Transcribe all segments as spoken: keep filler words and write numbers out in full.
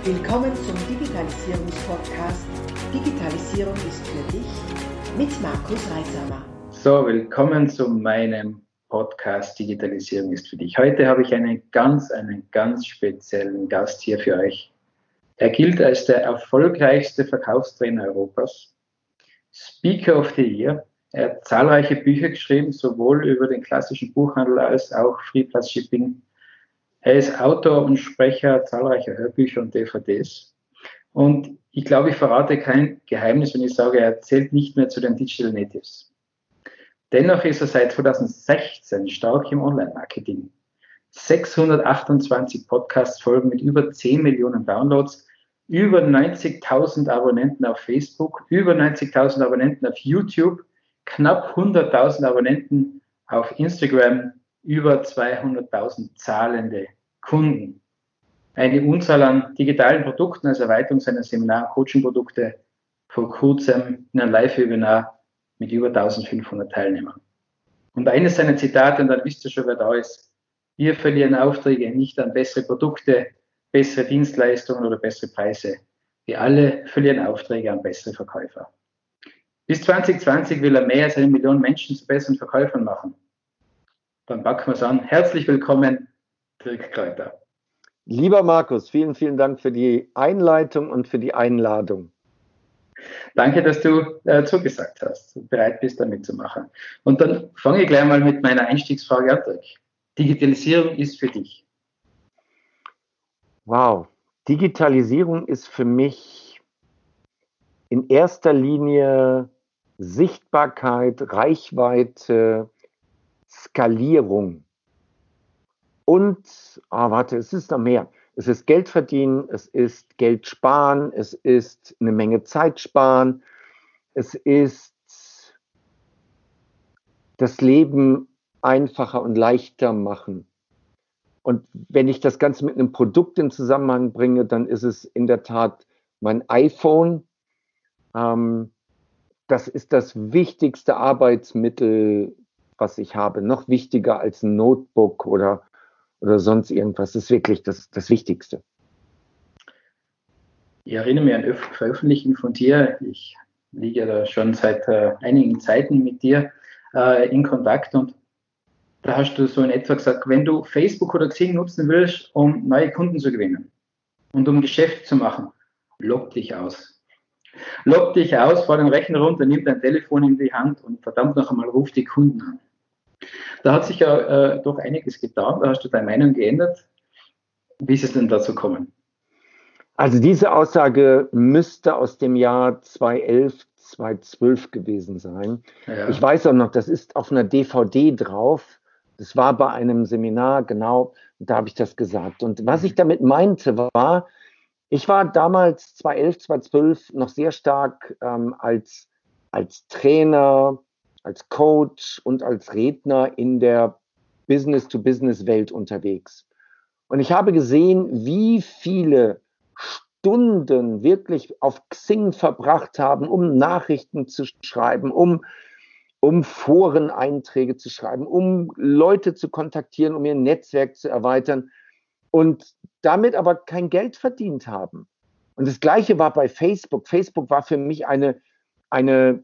Willkommen zum Digitalisierungspodcast Digitalisierung ist für dich mit Markus Reisamer. So, willkommen zu meinem Podcast Digitalisierung ist für dich. Heute habe ich einen ganz, einen ganz speziellen Gast hier für euch. Er gilt als der erfolgreichste Verkaufstrainer Europas, Speaker of the Year. Er hat zahlreiche Bücher geschrieben, sowohl über den klassischen Buchhandel als auch Free Plus Shipping. Er ist Autor und Sprecher zahlreicher Hörbücher und D V Ds. Und ich glaube, ich verrate kein Geheimnis, wenn ich sage, er zählt nicht mehr zu den Digital Natives. Dennoch ist er seit zweitausendsechzehn stark im Online-Marketing. sechshundertachtundzwanzig Podcast-Folgen mit über zehn Millionen Downloads, über neunzigtausend Abonnenten auf Facebook, über neunzigtausend Abonnenten auf YouTube, knapp hunderttausend Abonnenten auf Instagram, über zweihunderttausend zahlende Kunden. Eine Unzahl an digitalen Produkten als Erweiterung seiner Seminar- und Coaching-Produkte, vor kurzem in einem Live-Webinar mit über eintausendfünfhundert Teilnehmern. Und eines seiner Zitate, und dann wisst ihr schon, wer da ist: Wir verlieren Aufträge nicht an bessere Produkte, bessere Dienstleistungen oder bessere Preise. Wir alle verlieren Aufträge an bessere Verkäufer. Bis zwanzig zwanzig will er mehr als eine Million Menschen zu besseren Verkäufern machen. Dann packen wir es an. Herzlich willkommen, Dirk Kräuter. Lieber Markus, vielen, vielen Dank für die Einleitung und für die Einladung. Danke, dass du äh, zugesagt hast und bereit bist, da mitzumachen. Und dann fange ich gleich mal mit meiner Einstiegsfrage an, Dirk. Digitalisierung ist für dich? Wow, Digitalisierung ist für mich in erster Linie Sichtbarkeit, Reichweite, Skalierung. Und, ah, warte, es ist noch mehr. Es ist Geld verdienen, es ist Geld sparen, es ist eine Menge Zeit sparen, es ist das Leben einfacher und leichter machen. Und wenn ich das Ganze mit einem Produkt in Zusammenhang bringe, dann ist es in der Tat mein iPhone. Ähm, das ist das wichtigste Arbeitsmittel, was ich habe. Noch wichtiger als ein Notebook oder oder sonst irgendwas. Das ist wirklich das, das Wichtigste. Ich erinnere mich an Veröffentlichungen von dir. Ich liege ja da schon seit äh, einigen Zeiten mit dir äh, in Kontakt, und da hast du so in etwa gesagt, wenn du Facebook oder Xing nutzen willst, um neue Kunden zu gewinnen und um Geschäft zu machen, log dich aus. Log dich aus, fahr den Rechner runter, nimm dein Telefon in die Hand und verdammt noch einmal ruf die Kunden an. Da hat sich ja äh, doch einiges getan. Da hast du deine Meinung geändert. Wie ist es denn dazu gekommen? Also diese Aussage müsste aus dem Jahr zweitausendelf, zweitausendzwölf gewesen sein. Ja. Ich weiß auch noch, das ist auf einer D V D drauf. Das war bei einem Seminar, genau, da habe ich das gesagt. Und was ich damit meinte war, ich war damals zweitausendelf, zweitausendzwölf noch sehr stark ähm, als, als Trainer, als Coach und als Redner in der Business-to-Business-Welt unterwegs. Und ich habe gesehen, wie viele Stunden wirklich auf Xing verbracht haben, um Nachrichten zu schreiben, um, um Foreneinträge zu schreiben, um Leute zu kontaktieren, um ihr Netzwerk zu erweitern und damit aber kein Geld verdient haben. Und das Gleiche war bei Facebook. Facebook war für mich eine, eine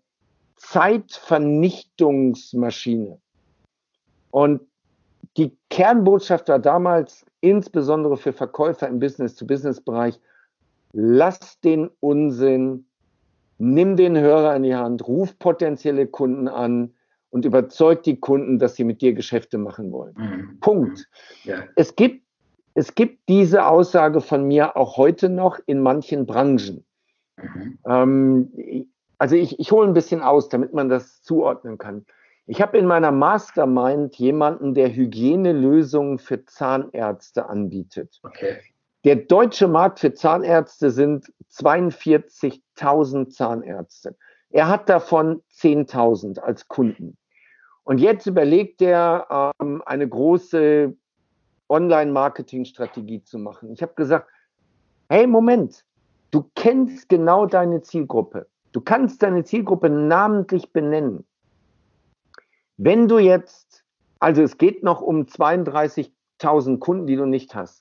Zeitvernichtungsmaschine. Und die Kernbotschaft war damals, insbesondere für Verkäufer im Business-to-Business-Bereich: Lass den Unsinn, nimm den Hörer in die Hand, ruf potenzielle Kunden an und überzeug die Kunden, dass sie mit dir Geschäfte machen wollen. Mhm. Punkt. Ja. Es gibt, es gibt diese Aussage von mir auch heute noch in manchen Branchen. Mhm. Ähm, Also ich, ich hole ein bisschen aus, damit man das zuordnen kann. Ich habe in meiner Mastermind jemanden, der Hygienelösungen für Zahnärzte anbietet. Okay. Der deutsche Markt für Zahnärzte sind zweiundvierzigtausend Zahnärzte. Er hat davon zehntausend als Kunden. Und jetzt überlegt er, ähm, eine große Online-Marketing-Strategie zu machen. Ich habe gesagt, hey, Moment, du kennst genau deine Zielgruppe. Du kannst deine Zielgruppe namentlich benennen. Wenn du jetzt, also es geht noch um zweiunddreißigtausend Kunden, die du nicht hast.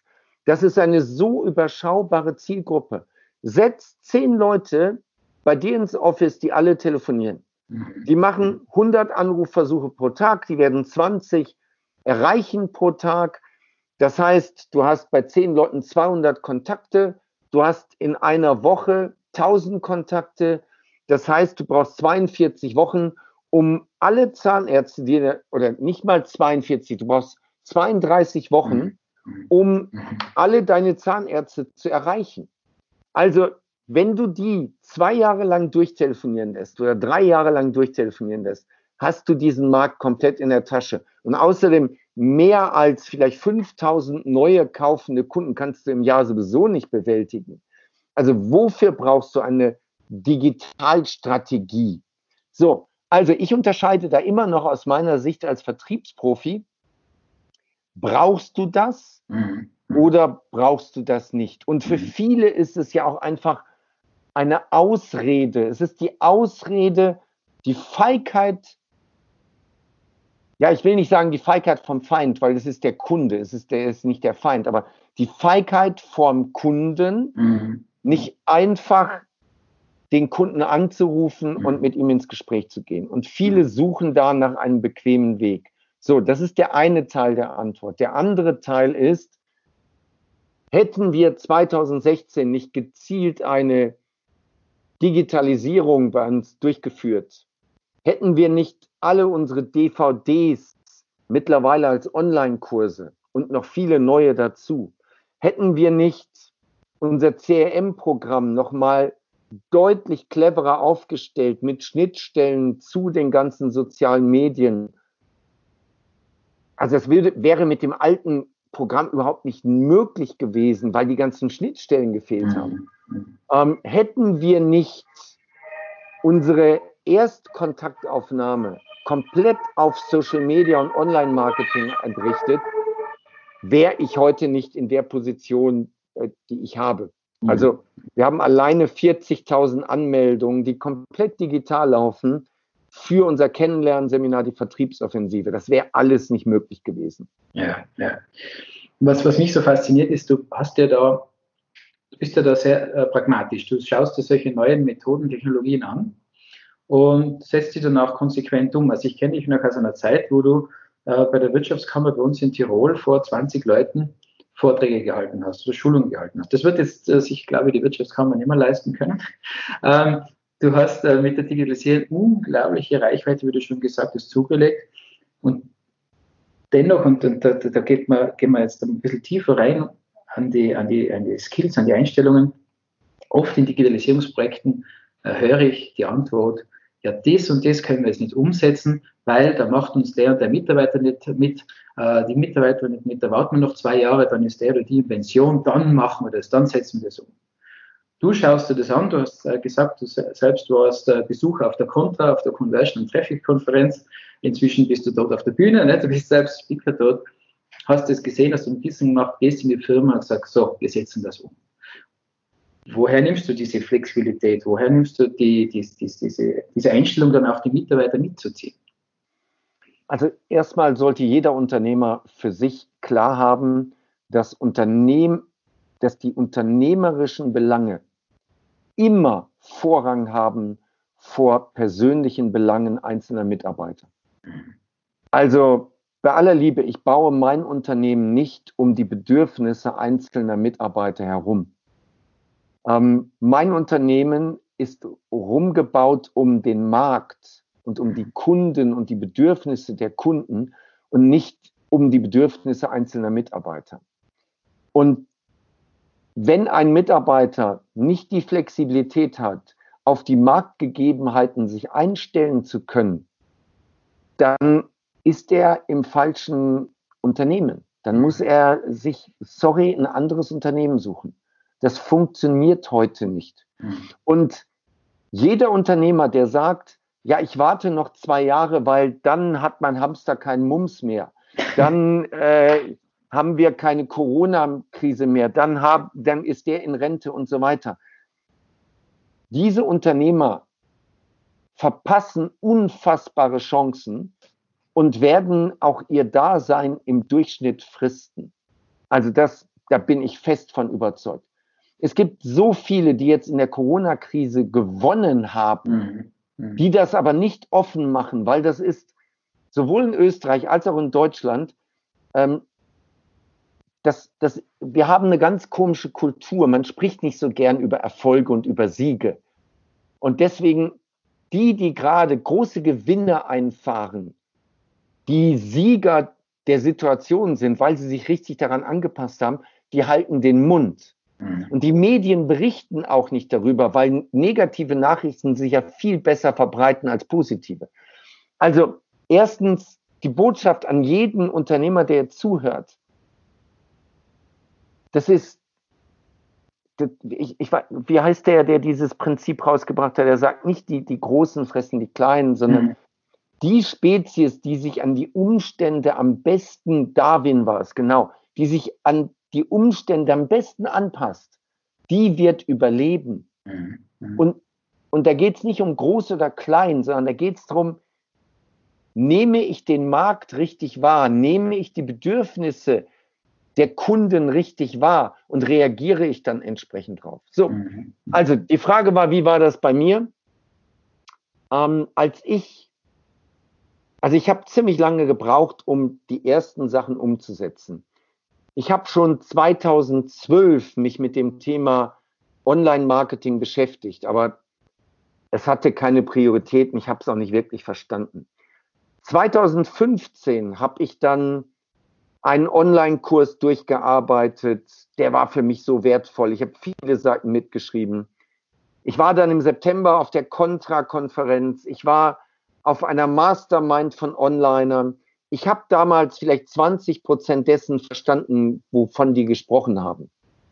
Das ist eine so überschaubare Zielgruppe. Setz zehn Leute bei dir ins Office, die alle telefonieren. Die machen hundert Anrufversuche pro Tag, die werden zwanzig erreichen pro Tag. Das heißt, du hast bei zehn Leuten zweihundert Kontakte, du hast in einer Woche tausend Kontakte. Das heißt, du brauchst zweiundvierzig Wochen, um alle Zahnärzte, die, oder nicht mal zweiundvierzig, du brauchst zweiunddreißig Wochen, um alle deine Zahnärzte zu erreichen. Also, wenn du die zwei Jahre lang durchtelefonieren lässt oder drei Jahre lang durchtelefonieren lässt, hast du diesen Markt komplett in der Tasche. Und außerdem mehr als vielleicht fünftausend neue kaufende Kunden kannst du im Jahr sowieso nicht bewältigen. Also wofür brauchst du eine Digitalstrategie? So, also ich unterscheide da immer noch aus meiner Sicht als Vertriebsprofi. Brauchst du das oder brauchst du das nicht? Und für viele ist es ja auch einfach eine Ausrede. Es ist die Ausrede, die Feigheit, ja, ich will nicht sagen die Feigheit vom Feind, weil das ist der Kunde, es ist, der ist nicht der Feind, aber die Feigheit vom Kunden, mhm. nicht einfach den Kunden anzurufen mhm. und mit ihm ins Gespräch zu gehen. Und viele suchen da nach einem bequemen Weg. So, das ist der eine Teil der Antwort. Der andere Teil ist, hätten wir zweitausendsechzehn nicht gezielt eine Digitalisierung bei uns durchgeführt, hätten wir nicht alle unsere D V Ds mittlerweile als Online-Kurse und noch viele neue dazu, hätten wir nicht unser C R M-Programm nochmal deutlich cleverer aufgestellt mit Schnittstellen zu den ganzen sozialen Medien. Also das würde, wäre mit dem alten Programm überhaupt nicht möglich gewesen, weil die ganzen Schnittstellen gefehlt haben. Ähm, hätten wir nicht unsere Erstkontaktaufnahme komplett auf Social Media und Online-Marketing entrichtet, wäre ich heute nicht in der Position, äh, die ich habe. Mhm. Also wir haben alleine vierzigtausend Anmeldungen, die komplett digital laufen für unser Kennenlernseminar, die Vertriebsoffensive. Das wäre alles nicht möglich gewesen. Ja, ja. Was, was mich so fasziniert ist, du hast ja da, du bist ja da sehr äh, pragmatisch. Du schaust dir solche neuen Methoden, Technologien an und setzt sie dann auch konsequent um. Also ich kenne dich noch aus einer Zeit, wo du äh, bei der Wirtschaftskammer bei uns in Tirol vor zwanzig Leuten Vorträge gehalten hast oder Schulungen gehalten hast. Das wird jetzt äh, sich, glaube ich, die Wirtschaftskammer nicht mehr leisten können. Ähm, du hast äh, mit der Digitalisierung unglaubliche Reichweite, wie du schon gesagt hast, zugelegt. Und dennoch, und, und da, da geht man, gehen wir jetzt ein bisschen tiefer rein an die, an die, an die Skills, an die Einstellungen. Oft in Digitalisierungsprojekten äh, höre ich die Antwort, ja, das und das können wir jetzt nicht umsetzen, weil da macht uns der und der Mitarbeiter nicht mit, äh, die Mitarbeiter nicht mit, da warten wir noch zwei Jahre, dann ist der oder die in Pension, dann machen wir das, dann setzen wir das um. Du schaust dir das an, du hast äh, gesagt, du selbst warst äh, Besucher auf der Contra, auf der Conversion- und Traffic-Konferenz, inzwischen bist du dort auf der Bühne, ne? Du bist selbst Speaker dort, hast das gesehen, hast du ein bisschen gemacht, gehst in die Firma und sagst, so, wir setzen das um. Woher nimmst du diese Flexibilität? Woher nimmst du die, die, die, diese, diese Einstellung, dann auch die Mitarbeiter mitzuziehen? Also erstmal sollte jeder Unternehmer für sich klar haben, dass, Unternehmen, dass die unternehmerischen Belange immer Vorrang haben vor persönlichen Belangen einzelner Mitarbeiter. Also bei aller Liebe, ich baue mein Unternehmen nicht um die Bedürfnisse einzelner Mitarbeiter herum. Ähm, mein Unternehmen ist rumgebaut um den Markt und um die Kunden und die Bedürfnisse der Kunden und nicht um die Bedürfnisse einzelner Mitarbeiter. Und wenn ein Mitarbeiter nicht die Flexibilität hat, auf die Marktgegebenheiten sich einstellen zu können, dann ist er im falschen Unternehmen. Dann muss er sich, sorry, ein anderes Unternehmen suchen. Das funktioniert heute nicht. Und jeder Unternehmer, der sagt, ja, ich warte noch zwei Jahre, weil dann hat mein Hamster keinen Mums mehr, dann äh, haben wir keine Corona-Krise mehr, dann, hab, dann ist der in Rente und so weiter. Diese Unternehmer verpassen unfassbare Chancen und werden auch ihr Dasein im Durchschnitt fristen. Also das da bin ich fest von überzeugt. Es gibt so viele, die jetzt in der Corona-Krise gewonnen haben, mhm. Mhm. die das aber nicht offen machen, weil das ist sowohl in Österreich als auch in Deutschland, ähm, das, das, wir haben eine ganz komische Kultur. Man spricht nicht so gern über Erfolge und über Siege. Und deswegen, die, die gerade große Gewinne einfahren, die Sieger der Situation sind, weil sie sich richtig daran angepasst haben, die halten den Mund. Mhm. Und die Medien berichten auch nicht darüber, weil negative Nachrichten sich ja viel besser verbreiten als positive. Also erstens die Botschaft an jeden Unternehmer, der jetzt zuhört. Das ist, das, ich, ich, wie heißt der, der dieses Prinzip rausgebracht hat? Der sagt nicht, die, die Großen fressen die Kleinen, sondern mhm. die Spezies, die sich an die Umstände am besten, Darwin war es, genau, die sich an die Umstände am besten anpasst, die wird überleben. Mhm. Und, und da geht es nicht um groß oder klein, sondern da geht es darum, nehme ich den Markt richtig wahr, nehme ich die Bedürfnisse der Kunden richtig wahr und reagiere ich dann entsprechend drauf. So, mhm. also die Frage war, wie war das bei mir? Ähm, als ich Also ich habe ziemlich lange gebraucht, um die ersten Sachen umzusetzen. Ich habe schon zweitausendzwölf mich mit dem Thema Online-Marketing beschäftigt, aber es hatte keine Prioritäten, ich habe es auch nicht wirklich verstanden. zweitausendfünfzehn habe ich dann einen Online-Kurs durchgearbeitet, der war für mich so wertvoll. Ich habe viele Seiten mitgeschrieben. Ich war dann im September auf der Contra-Konferenz, ich war auf einer Mastermind von Onlinern. Ich habe damals vielleicht zwanzig Prozent dessen verstanden, wovon die gesprochen haben.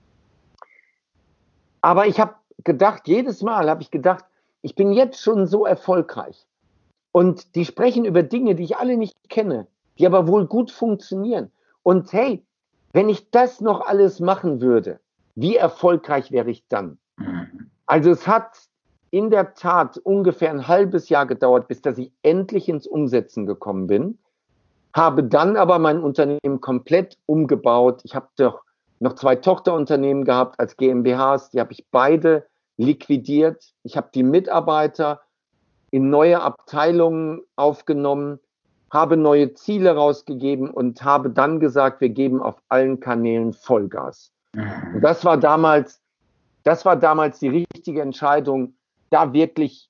Aber ich habe gedacht, jedes Mal habe ich gedacht, ich bin jetzt schon so erfolgreich. Und die sprechen über Dinge, die ich alle nicht kenne, die aber wohl gut funktionieren. Und hey, wenn ich das noch alles machen würde, wie erfolgreich wäre ich dann? Also es hat in der Tat ungefähr ein halbes Jahr gedauert, bis dass ich endlich ins Umsetzen gekommen bin, habe dann aber mein Unternehmen komplett umgebaut. Ich habe doch noch zwei Tochterunternehmen gehabt als GmbHs, die habe ich beide liquidiert. Ich habe die Mitarbeiter in neue Abteilungen aufgenommen, habe neue Ziele rausgegeben und habe dann gesagt, wir geben auf allen Kanälen Vollgas. Und das war damals, das war damals die richtige Entscheidung, da wirklich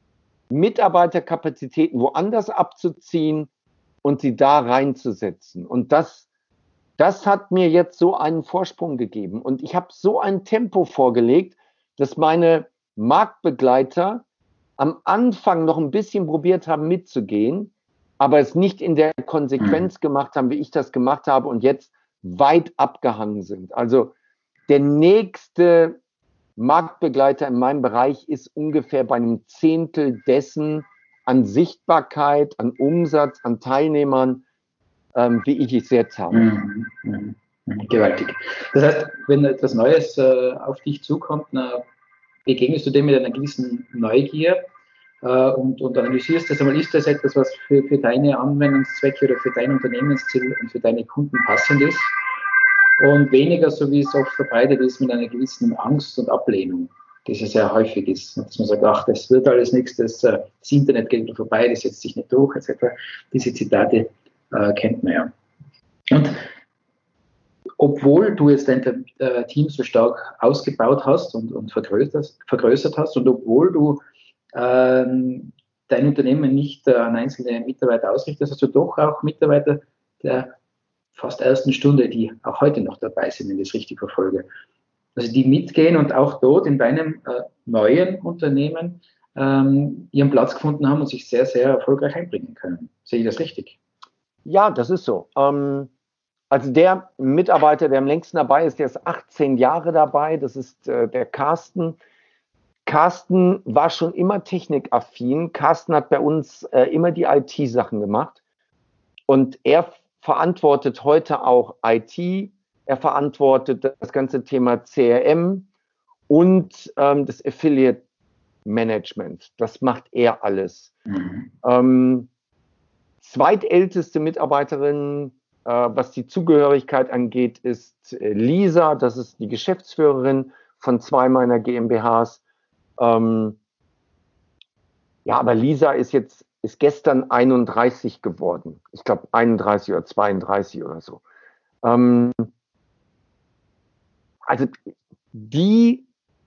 Mitarbeiterkapazitäten woanders abzuziehen und sie da reinzusetzen. Und das, das hat mir jetzt so einen Vorsprung gegeben. Und ich habe so ein Tempo vorgelegt, dass meine Marktbegleiter am Anfang noch ein bisschen probiert haben mitzugehen, aber es nicht in der Konsequenz gemacht haben, wie ich das gemacht habe und jetzt weit abgehangen sind. Also der nächste Marktbegleiter in meinem Bereich ist ungefähr bei einem Zehntel dessen an Sichtbarkeit, an Umsatz, an Teilnehmern, ähm, wie ich es jetzt habe. Mhm, mhm, mhm, gewaltig. Das heißt, wenn etwas Neues äh, auf dich zukommt, na, begegnest du dem mit einer gewissen Neugier äh, und, und analysierst das einmal, ist das etwas, was für, für deine Anwendungszwecke oder für dein Unternehmensziel und für deine Kunden passend ist? Und weniger, so wie es oft verbreitet ist, mit einer gewissen Angst und Ablehnung, die ja sehr häufig ist. Dass man sagt, ach, das wird alles nichts, das, das Internet geht wieder vorbei, das setzt sich nicht durch, et cetera. Diese Zitate äh, kennt man ja. Und obwohl du jetzt dein äh, Team so stark ausgebaut hast und, und vergrößert, vergrößert hast und obwohl du ähm, dein Unternehmen nicht äh, an einzelne Mitarbeiter ausrichtest, hast du doch auch Mitarbeiter der fast ersten Stunde, die auch heute noch dabei sind, wenn ich das richtig verfolge. Also die mitgehen und auch dort in deinem äh, neuen Unternehmen ähm, ihren Platz gefunden haben und sich sehr, sehr erfolgreich einbringen können. Sehe ich das richtig? Ja, das ist so. Ähm, also der Mitarbeiter, der am längsten dabei ist, der ist achtzehn Jahre dabei, das ist äh, der Carsten. Carsten war schon immer technikaffin. Carsten hat bei uns äh, immer die I T-Sachen gemacht und er verantwortet heute auch I T, er verantwortet das ganze Thema C R M und ähm, das Affiliate Management. Das macht er alles. Mhm. Ähm, zweitälteste Mitarbeiterin äh, was die Zugehörigkeit angeht, ist äh, Lisa, das ist die Geschäftsführerin von zwei meiner GmbHs. Ähm, ja, aber Lisa ist jetzt, ist gestern einunddreißig geworden. Ich glaube einunddreißig oder zweiunddreißig oder so. Ähm, also die,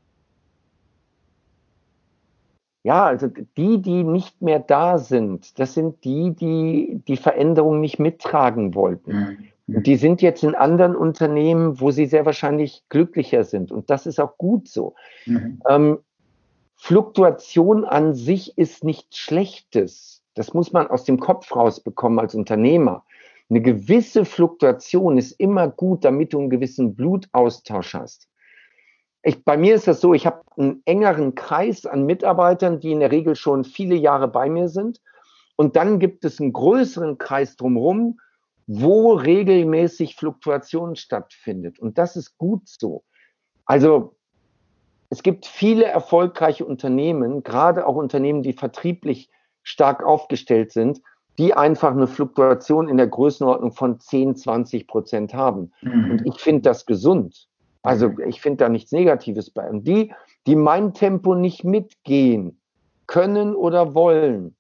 ja, also die, die nicht mehr da sind, das sind die, die die Veränderung nicht mittragen wollten. Mhm. Und die sind jetzt in anderen Unternehmen, wo sie sehr wahrscheinlich glücklicher sind. Und das ist auch gut so. Mhm. Ähm, Fluktuation an sich ist nichts Schlechtes. Das muss man aus dem Kopf rausbekommen als Unternehmer. Eine gewisse Fluktuation ist immer gut, damit du einen gewissen Blutaustausch hast. Ich, bei mir ist das so, ich habe einen engeren Kreis an Mitarbeitern, die in der Regel schon viele Jahre bei mir sind. Und dann gibt es einen größeren Kreis drumherum, wo regelmäßig Fluktuation stattfindet. Und das ist gut so. Also es gibt viele erfolgreiche Unternehmen, gerade auch Unternehmen, die vertrieblich stark aufgestellt sind, die einfach eine Fluktuation in der Größenordnung von zehn, zwanzig Prozent haben. Mhm. Und ich finde das gesund. Also ich finde da nichts Negatives bei. Und die, die mein Tempo nicht mitgehen können oder wollen,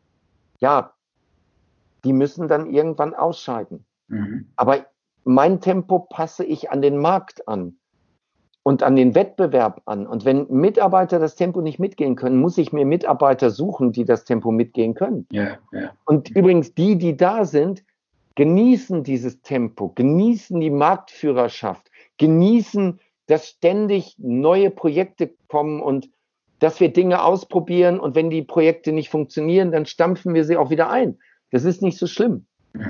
ja, die müssen dann irgendwann ausscheiden. Mhm. Aber mein Tempo passe ich an den Markt an und an den Wettbewerb an. Und wenn Mitarbeiter das Tempo nicht mitgehen können, muss ich mir Mitarbeiter suchen, die das Tempo mitgehen können. Ja, ja. Und übrigens die, die da sind, genießen dieses Tempo, genießen die Marktführerschaft, genießen, dass ständig neue Projekte kommen und dass wir Dinge ausprobieren. Und wenn die Projekte nicht funktionieren, dann stampfen wir sie auch wieder ein. Das ist nicht so schlimm.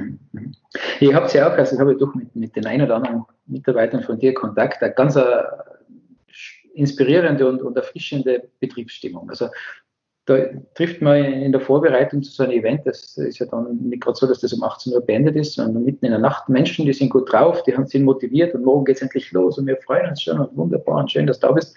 Ich habe es ja auch, also ich habe doch mit, mit den ein oder anderen Mitarbeitern von dir Kontakt, eine ganz eine inspirierende und, und erfrischende Betriebsstimmung. Also da trifft man in der Vorbereitung zu so einem Event, das ist ja dann nicht gerade so, dass das um achtzehn Uhr beendet ist, sondern mitten in der Nacht Menschen, die sind gut drauf, die haben, sind motiviert und morgen geht es endlich los und wir freuen uns schon und wunderbar und schön, dass du da bist.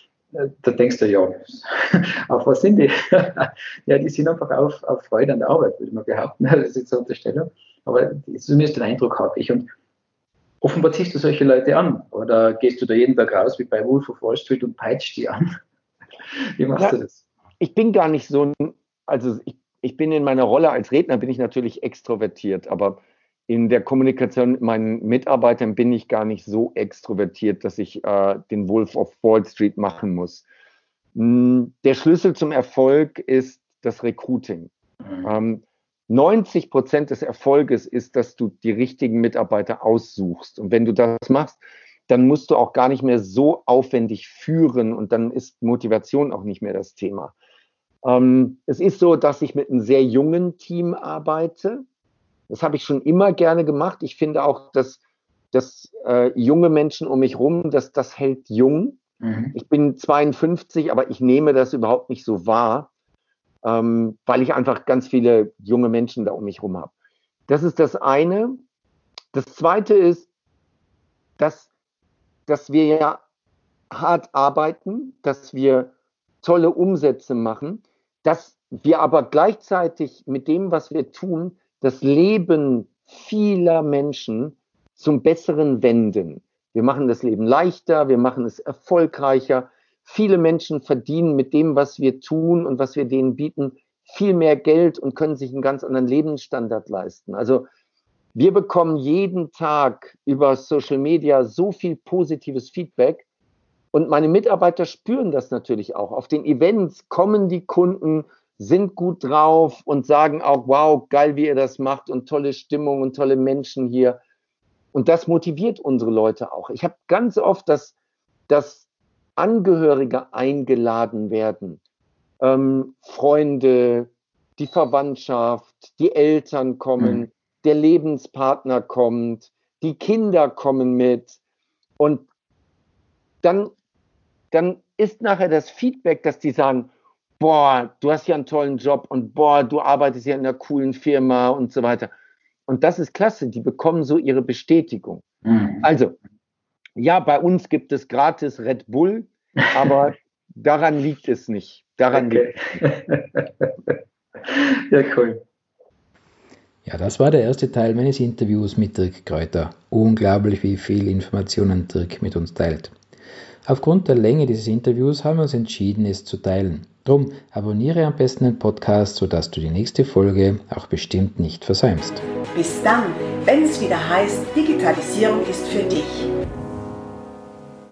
Da denkst du, ja, auf was sind die? Ja, die sind einfach auf, auf Freude an der Arbeit, würde man behaupten. Das ist jetzt eine Unterstellung. Aber zumindest den Eindruck habe ich. Und offenbar ziehst du solche Leute an. Oder gehst du da jeden Tag raus wie bei Wolf of Wall Street und peitscht die an? Wie machst ja, du das? Ich bin gar nicht so, also ich, ich bin in meiner Rolle als Redner, bin ich natürlich extrovertiert, aber in der Kommunikation mit meinen Mitarbeitern bin ich gar nicht so extrovertiert, dass ich äh, den Wolf of Wall Street machen muss. Der Schlüssel zum Erfolg ist das Recruiting. Mhm. Ähm, neunzig Prozent des Erfolges ist, dass du die richtigen Mitarbeiter aussuchst. Und wenn du das machst, dann musst du auch gar nicht mehr so aufwendig führen und dann ist Motivation auch nicht mehr das Thema. Ähm, es ist so, dass ich mit einem sehr jungen Team arbeite. Das habe ich schon immer gerne gemacht. Ich finde auch, dass, dass äh, junge Menschen um mich rum, dass das hält jung. Mhm. Ich bin zweiundfünfzig, aber ich nehme das überhaupt nicht so wahr, ähm, weil ich einfach ganz viele junge Menschen da um mich rum habe. Das ist das eine. Das zweite ist, dass, dass wir ja hart arbeiten, dass wir tolle Umsätze machen, dass wir aber gleichzeitig mit dem, was wir tun, das Leben vieler Menschen zum Besseren wenden. Wir machen das Leben leichter, wir machen es erfolgreicher. Viele Menschen verdienen mit dem, was wir tun und was wir denen bieten, viel mehr Geld und können sich einen ganz anderen Lebensstandard leisten. Also wir bekommen jeden Tag über Social Media so viel positives Feedback und meine Mitarbeiter spüren das natürlich auch. Auf den Events kommen die Kunden, sind gut drauf und sagen auch, wow, geil, wie ihr das macht und tolle Stimmung und tolle Menschen hier. Und das motiviert unsere Leute auch. Ich habe ganz oft, dass, dass Angehörige eingeladen werden, ähm, Freunde, die Verwandtschaft, die Eltern kommen, mhm. der Lebenspartner kommt, die Kinder kommen mit und dann, dann ist nachher das Feedback, dass die sagen, boah, du hast ja einen tollen Job und boah, du arbeitest ja in einer coolen Firma und so weiter. Und das ist klasse, die bekommen so ihre Bestätigung. Mhm. Also, ja, bei uns gibt es gratis Red Bull, aber daran liegt es nicht. Daran okay. liegt es nicht. Ja, cool. Ja, das war der erste Teil meines Interviews mit Dirk Kräuter. Unglaublich, wie viel Informationen Dirk mit uns teilt. Aufgrund der Länge dieses Interviews haben wir uns entschieden, es zu teilen. Drum abonniere am besten den Podcast, sodass du die nächste Folge auch bestimmt nicht versäumst. Bis dann, wenn es wieder heißt, Digitalisierung ist für dich.